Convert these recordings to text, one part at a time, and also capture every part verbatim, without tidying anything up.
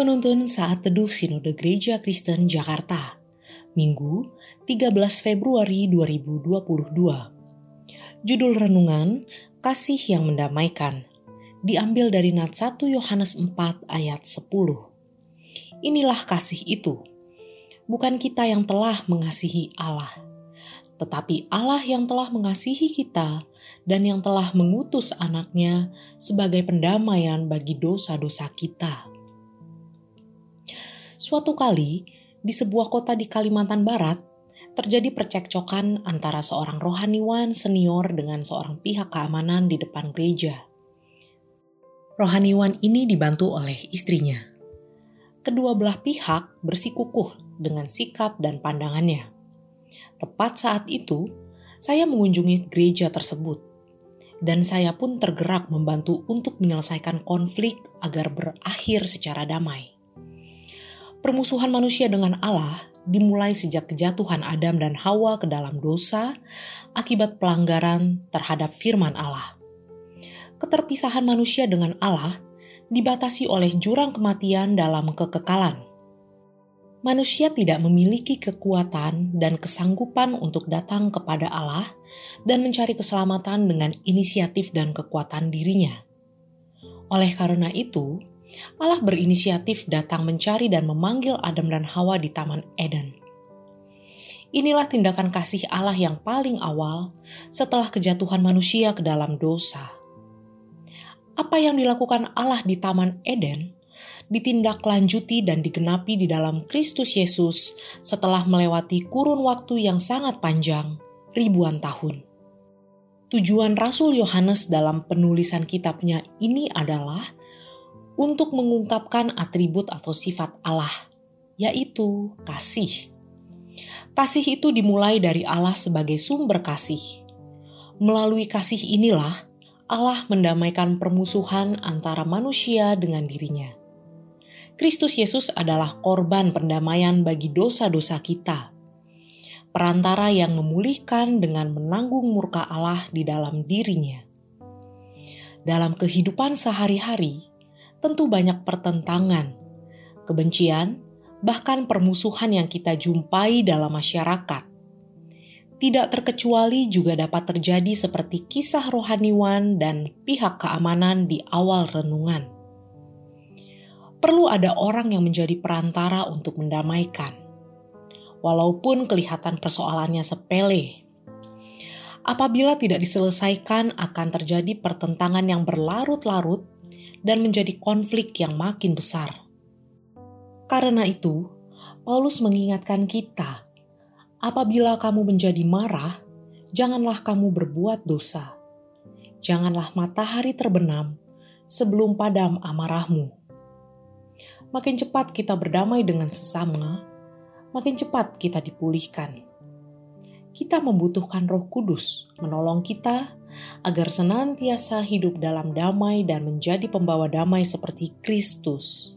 Penuntun Saat Teduh Sinode Gereja Kristen Jakarta, Minggu tiga belas Februari dua ribu dua puluh dua. Judul renungan, Kasih yang Mendamaikan, diambil dari Nats satu Yohanes empat ayat sepuluh. Inilah kasih itu, bukan kita yang telah mengasihi Allah, tetapi Allah yang telah mengasihi kita dan yang telah mengutus anaknya sebagai pendamaian bagi dosa-dosa kita. Suatu kali, di sebuah kota di Kalimantan Barat, terjadi percekcokan antara seorang rohaniwan senior dengan seorang pihak keamanan di depan gereja. Rohaniwan ini dibantu oleh istrinya. Kedua belah pihak bersikukuh dengan sikap dan pandangannya. Tepat saat itu, saya mengunjungi gereja tersebut, dan saya pun tergerak membantu untuk menyelesaikan konflik agar berakhir secara damai. Permusuhan manusia dengan Allah dimulai sejak kejatuhan Adam dan Hawa ke dalam dosa akibat pelanggaran terhadap firman Allah. Keterpisahan manusia dengan Allah dibatasi oleh jurang kematian dalam kekekalan. Manusia tidak memiliki kekuatan dan kesanggupan untuk datang kepada Allah dan mencari keselamatan dengan inisiatif dan kekuatan dirinya. Oleh karena itu, Allah berinisiatif datang mencari dan memanggil Adam dan Hawa di Taman Eden. Inilah tindakan kasih Allah yang paling awal setelah kejatuhan manusia ke dalam dosa. Apa yang dilakukan Allah di Taman Eden ditindaklanjuti dan digenapi di dalam Kristus Yesus setelah melewati kurun waktu yang sangat panjang, ribuan tahun. Tujuan Rasul Yohanes dalam penulisan kitabnya ini adalah untuk mengungkapkan atribut atau sifat Allah, yaitu kasih. Kasih itu dimulai dari Allah sebagai sumber kasih. Melalui kasih inilah Allah mendamaikan permusuhan antara manusia dengan dirinya. Kristus Yesus adalah korban pendamaian bagi dosa-dosa kita, perantara yang memulihkan dengan menanggung murka Allah di dalam dirinya. Dalam kehidupan sehari-hari, tentu banyak pertentangan, kebencian, bahkan permusuhan yang kita jumpai dalam masyarakat. Tidak terkecuali juga dapat terjadi seperti kisah rohaniwan dan pihak keamanan di awal renungan. Perlu ada orang yang menjadi perantara untuk mendamaikan, walaupun kelihatan persoalannya sepele. Apabila tidak diselesaikan, akan terjadi pertentangan yang berlarut-larut dan menjadi konflik yang makin besar. Karena itu, Paulus mengingatkan kita, apabila kamu menjadi marah, janganlah kamu berbuat dosa. Janganlah matahari terbenam sebelum padam amarahmu. Makin cepat kita berdamai dengan sesama, makin cepat kita dipulihkan. Kita membutuhkan Roh Kudus menolong kita agar senantiasa hidup dalam damai dan menjadi pembawa damai seperti Kristus.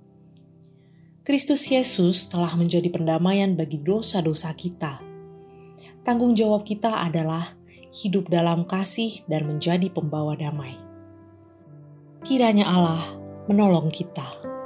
Kristus Yesus telah menjadi pendamaian bagi dosa-dosa kita. Tanggung jawab kita adalah hidup dalam kasih dan menjadi pembawa damai. Kiranya Allah menolong kita.